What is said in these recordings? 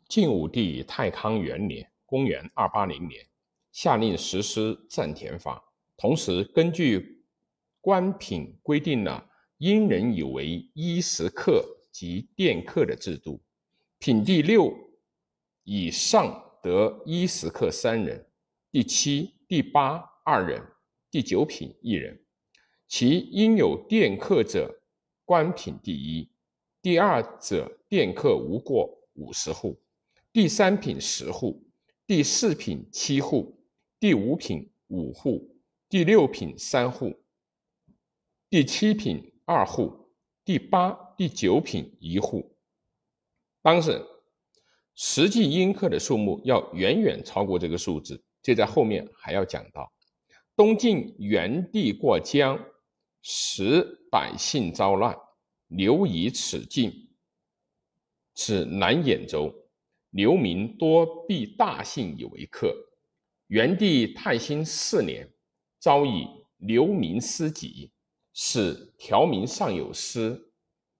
晋武帝太康元年（公元280年），下令实施暂田法，同时根据官品规定了因人以为衣食客及佃客的制度。品第6以上得衣食客3人，第7、第8 2人，第9品1人。其应有佃客者，官品第1；第2者，佃客无过50户；第3品10户；第4品7户；第5品5户；第6品3户；第7品2户；第8、第9品1户。当然，实际应客的数目要远远超过这个数字，这在后面还要讲到。东晋元帝过江，使百姓遭乱，流移此境，至南兖州，流民多避大姓以为客。元帝太兴4年，遭以流民思己，使条民上有司，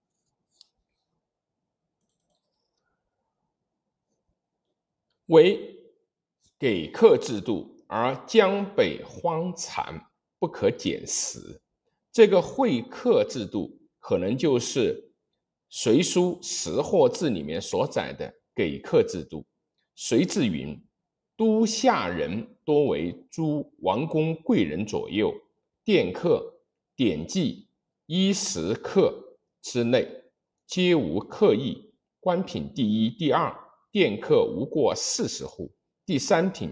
为给客制度，而江北荒残，不可减食。这个会客制度可能就是《隋书识货志》里面所载的给客制度。隋志云：都下人多为诸王公贵人左右，佃客、典记、衣食客之内，皆无客役。官品第1、第2，佃客无过40户，第3品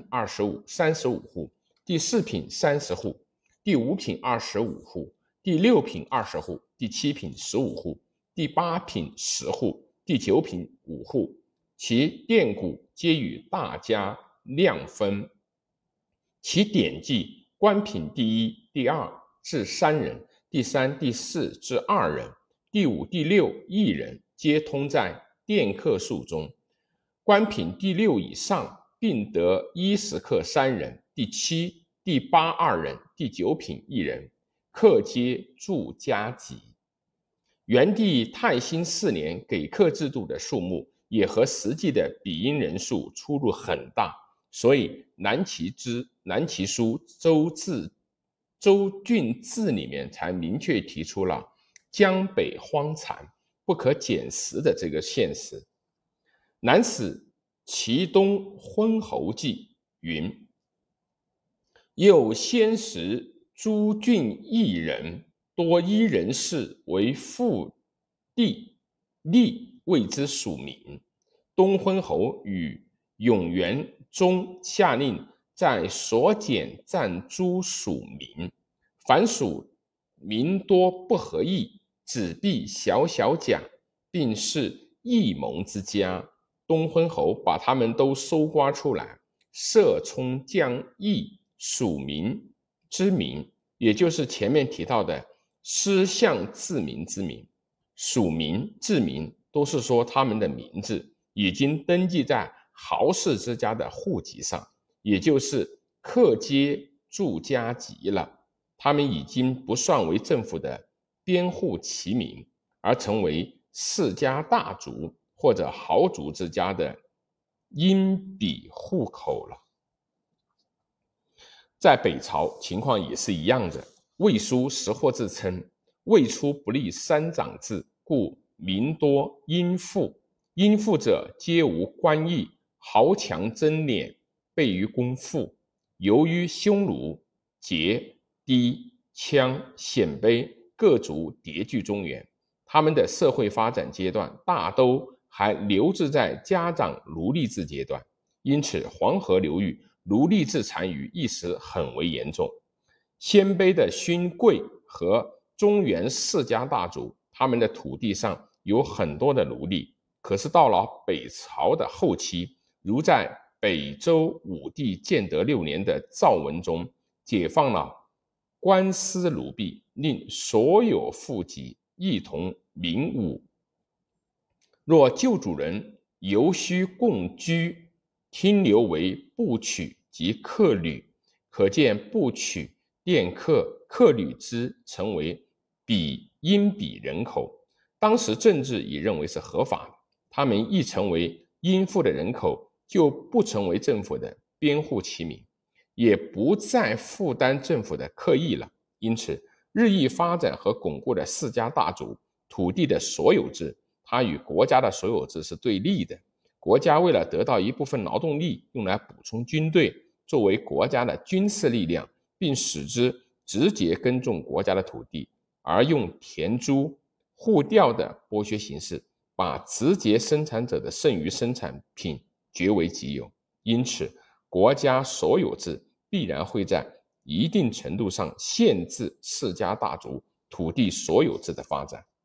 35户，第4品30户，第5品25户，第6品20户，第7品15户，第8品10户，第9品5户。其佃谷皆与大家量分。其典记，官品第1、第2至3人，第3、第4至2人，第5、第6 1人，皆通在佃客数中。官品第6以上，并得衣食客3人，第7、第8 2人，第9品1人，客皆住家籍。元帝太兴4年给客制度的数目也和实际的比音人数出入很大，所以南齐书周郡志里面才明确提出了江北荒残，不可减食的这个现实。南史祁东昏侯记云：有先时诸郡邑人，多依人氏为父弟吏，谓之属民。东昏侯与永元中下令，在所减暂诸属民，凡属民多不合意，只必小小奖，并是异盟之家。东昏侯把他们都搜刮出来，设充将邑属民之名，也就是前面提到的师相治民之名。属民治民都是说他们的名字已经登记在豪士之家的户籍上，也就是客皆住家籍了。他们已经不算为政府的编户齐民，而成为世家大族或者豪族之家的荫笔户口了。在北朝情况也是一样的。魏书识货志称：魏初不立3长制，故民多荫户。荫户者，皆无官役，豪强争敛，备于公妇。由于匈奴、羯、氐、羌、鲜卑各族迭居中原，他们的社会发展阶段大都还留置在家长奴隶制阶段，因此黄河流域奴隶制残余一时很为严重。鲜卑的勋贵和中原世家大族，他们的土地上有很多的奴隶，可是到了北朝的后期，如在北周武帝建德6年的诏文中，解放了官司奴婢，令所有户籍一同民武。若旧主人犹须共居，听留为部曲及客旅，可见部曲、佃客、客旅之成为因比人口。当时政治已认为是合法的，他们亦成为应付的人口就不成为政府的编户齐民，也不再负担政府的课役了。因此，日益发展和巩固的世家大族土地的所有制，它与国家的所有制是对立的。国家为了得到一部分劳动力用来补充军队，作为国家的军事力量，并使之直接耕种国家的土地，而用田租、户调的剥削形式，把直接生产者的剩余生产品据为己有。因此，国家所有制必然会在一定程度上限制世家大族土地所有制的发展。